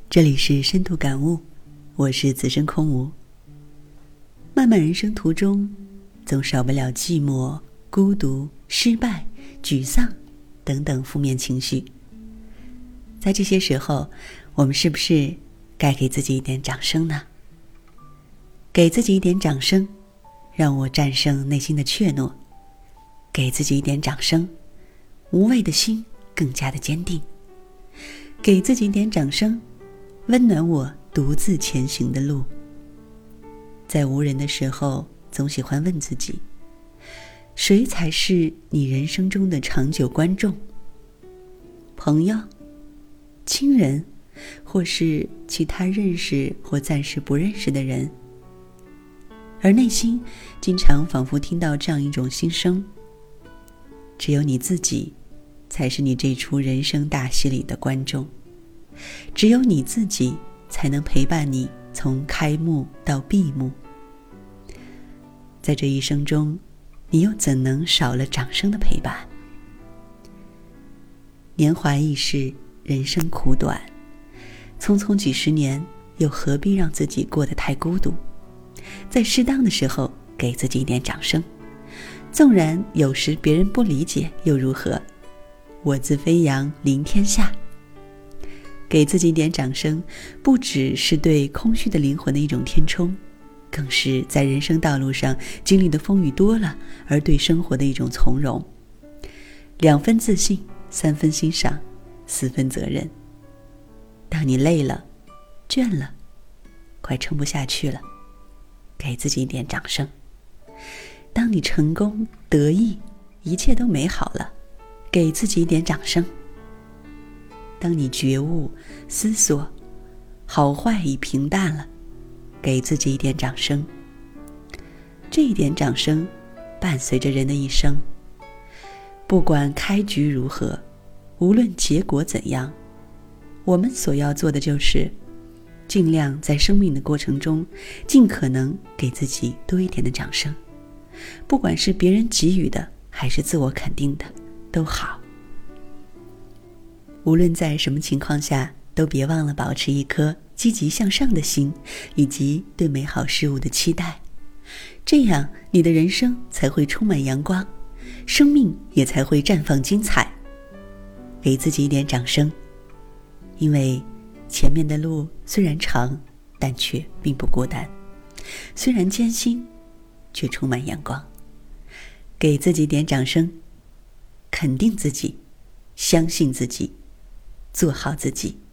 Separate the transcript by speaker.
Speaker 1: 这里是深度感悟，我是子深空无。漫漫人生途中，总少不了寂寞、孤独、失败、沮丧等等负面情绪。在这些时候，我们是不是该给自己一点掌声呢？给自己一点掌声，让我战胜内心的怯懦；给自己一点掌声，无畏的心更加的坚定；给自己一点掌声，温暖我独自前行的路。在无人的时候，总喜欢问自己，谁才是你人生中的长久观众？朋友、亲人，或是其他认识或暂时不认识的人？而内心经常仿佛听到这样一种心声，只有你自己才是你这出人生大戏里的观众，只有你自己才能陪伴你从开幕到闭幕。在这一生中，你又怎能少了掌声的陪伴？年华易逝，人生苦短，匆匆几十年，又何必让自己过得太孤独？在适当的时候，给自己一点掌声，纵然有时别人不理解又如何？我自飞扬临天下。给自己一点掌声，不只是对空虚的灵魂的一种填充，更是在人生道路上经历的风雨多了，而对生活的一种从容。2分自信，3分欣赏，4分责任。当你累了、倦了，快撑不下去了，给自己一点掌声。当你成功、得意，一切都美好了，给自己一点掌声。当你觉悟、思索，好坏已平淡了，给自己一点掌声。这一点掌声伴随着人的一生，不管开局如何，无论结果怎样，我们所要做的就是尽量在生命的过程中尽可能给自己多一点的掌声，不管是别人给予的还是自我肯定的都好。无论在什么情况下，都别忘了保持一颗积极向上的心，以及对美好事物的期待。这样你的人生才会充满阳光，生命也才会绽放精彩。给自己一点掌声，因为前面的路虽然长，但却并不孤单；虽然艰辛，却充满阳光。给自己一点掌声，肯定自己，相信自己，做好自己。